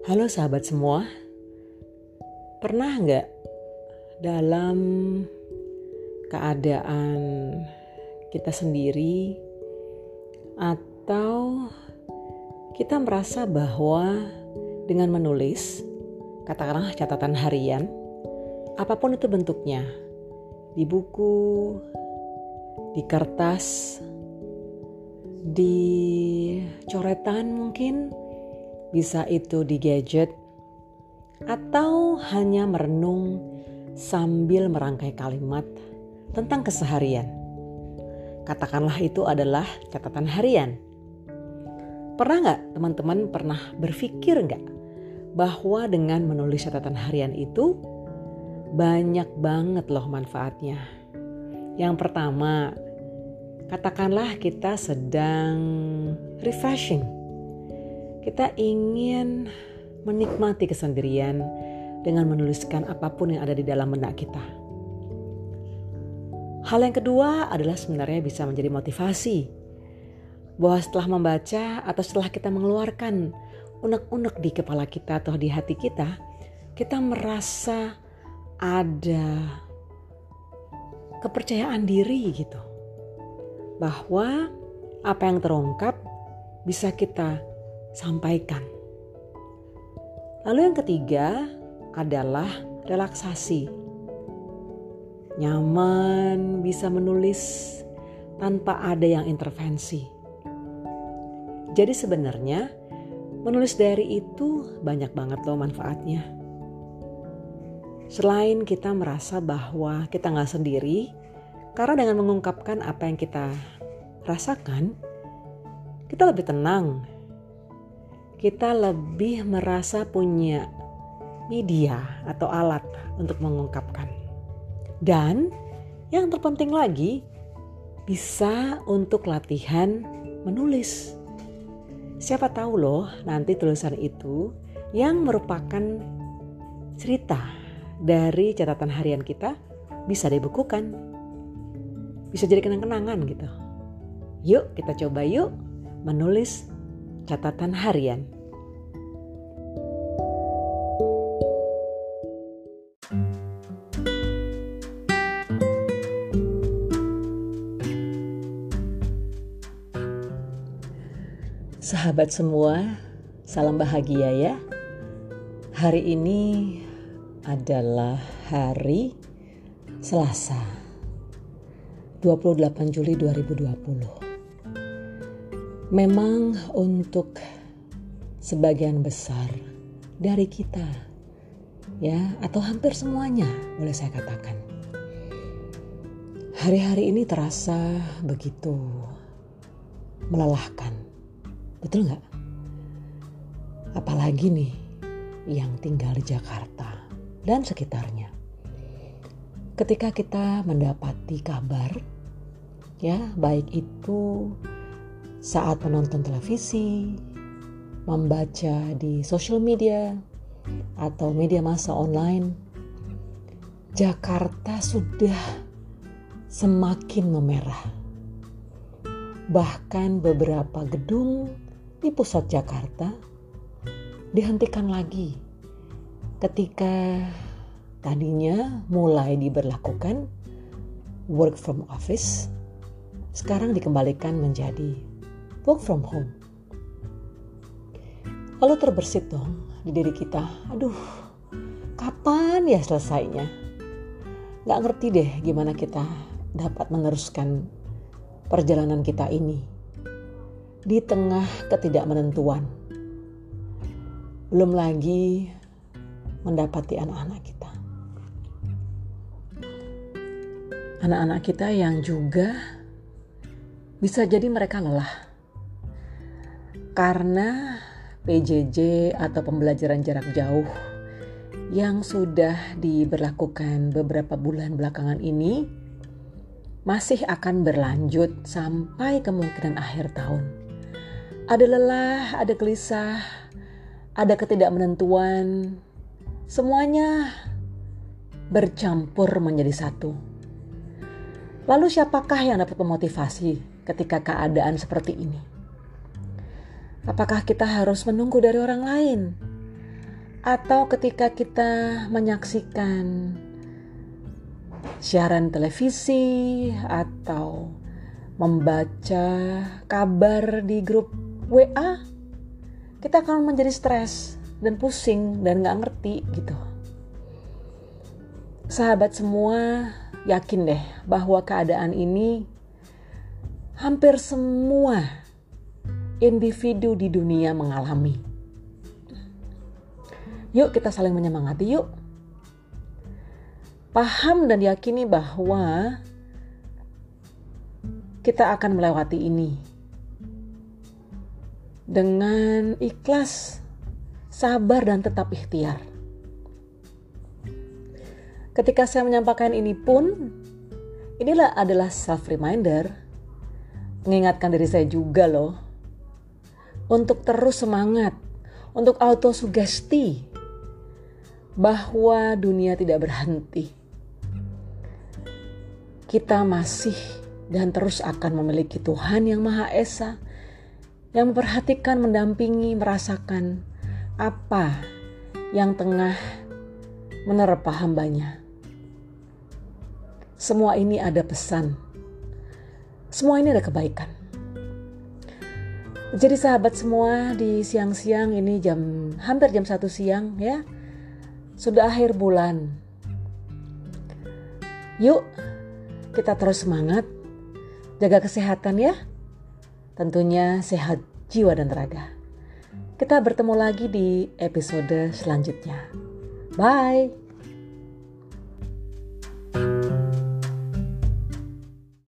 Halo sahabat semua, pernah nggak dalam keadaan kita sendiri atau kita merasa bahwa dengan menulis, katakanlah catatan harian, apapun itu bentuknya, di buku, di kertas, di coretan mungkin, bisa itu di gadget, atau hanya merenung sambil merangkai kalimat tentang keseharian. Katakanlah itu adalah catatan harian. Pernah nggak teman-teman berpikir nggak bahwa dengan menulis catatan harian itu banyak banget loh manfaatnya. Yang pertama, katakanlah kita sedang refreshing. Kita ingin menikmati kesendirian dengan menuliskan apapun yang ada di dalam benak kita. Hal yang kedua adalah sebenarnya bisa menjadi motivasi. Bahwa setelah membaca atau setelah kita mengeluarkan unek-unek di kepala kita atau di hati kita, kita merasa ada kepercayaan diri gitu. Bahwa apa yang terungkap bisa kita sampaikan. Lalu yang ketiga adalah relaksasi. Nyaman bisa menulis tanpa ada yang intervensi. Jadi sebenarnya menulis diary itu banyak banget loh manfaatnya. Selain kita merasa bahwa kita gak sendiri, karena dengan mengungkapkan apa yang kita rasakan, kita lebih tenang. Kita lebih merasa punya media atau alat untuk mengungkapkan. Dan yang terpenting lagi, bisa untuk latihan menulis. Siapa tahu loh nanti tulisan itu yang merupakan cerita dari catatan harian kita bisa dibukukan. Bisa jadi kenang-kenangan gitu. Yuk kita coba yuk menulis catatan harian. Sahabat semua, salam bahagia ya. Hari ini adalah hari Selasa, 28 Juli 2020. Memang untuk sebagian besar dari kita, ya, atau hampir semuanya boleh saya katakan, hari-hari ini terasa begitu melelahkan. Betul nggak? Apalagi nih yang tinggal di Jakarta dan sekitarnya. Ketika kita mendapati kabar, ya, baik itu saat menonton televisi, membaca di social media, atau media massa online, Jakarta sudah semakin memerah. Bahkan beberapa gedung di pusat Jakarta dihentikan lagi ketika tadinya mulai diberlakukan work from office, sekarang dikembalikan menjadi work from home. Lalu terbersit dong di diri kita, aduh kapan ya selesainya? Gak ngerti deh gimana kita dapat meneruskan perjalanan kita ini di tengah ketidakmenentuan. Belum lagi mendapati anak-anak kita. Anak-anak kita yang juga bisa jadi mereka lelah. Karena PJJ atau pembelajaran jarak jauh yang sudah diberlakukan beberapa bulan belakangan ini masih akan berlanjut sampai kemungkinan akhir tahun. Ada lelah, ada gelisah, ada ketidakmenentuan, semuanya bercampur menjadi satu. Lalu siapakah yang dapat memotivasi ketika keadaan seperti ini? Apakah kita harus menunggu dari orang lain? atau ketika kita menyaksikan siaran televisi atau membaca kabar di grup WA, kita akan menjadi stres dan pusing dan gak ngerti gitu. Sahabat semua, yakin deh bahwa keadaan ini hampir semua individu di dunia mengalami. Yuk kita saling menyemangati yuk. Paham dan yakini bahwa kita akan melewati ini dengan ikhlas, sabar dan tetap ikhtiar. Ketika saya menyampaikan ini pun, inilah adalah self reminder, mengingatkan diri saya juga loh, untuk terus semangat, untuk autosugesti bahwa dunia tidak berhenti. Kita masih dan terus akan memiliki Tuhan yang Maha Esa, yang memperhatikan, mendampingi, merasakan apa yang tengah menerpa hambanya. Semua ini ada pesan, semua ini ada kebaikan. Jadi sahabat semua, di siang-siang ini hampir jam 1 siang ya, sudah akhir bulan. Yuk kita terus semangat, jaga kesehatan ya. Tentunya sehat jiwa dan raga. Kita bertemu lagi di episode selanjutnya. Bye.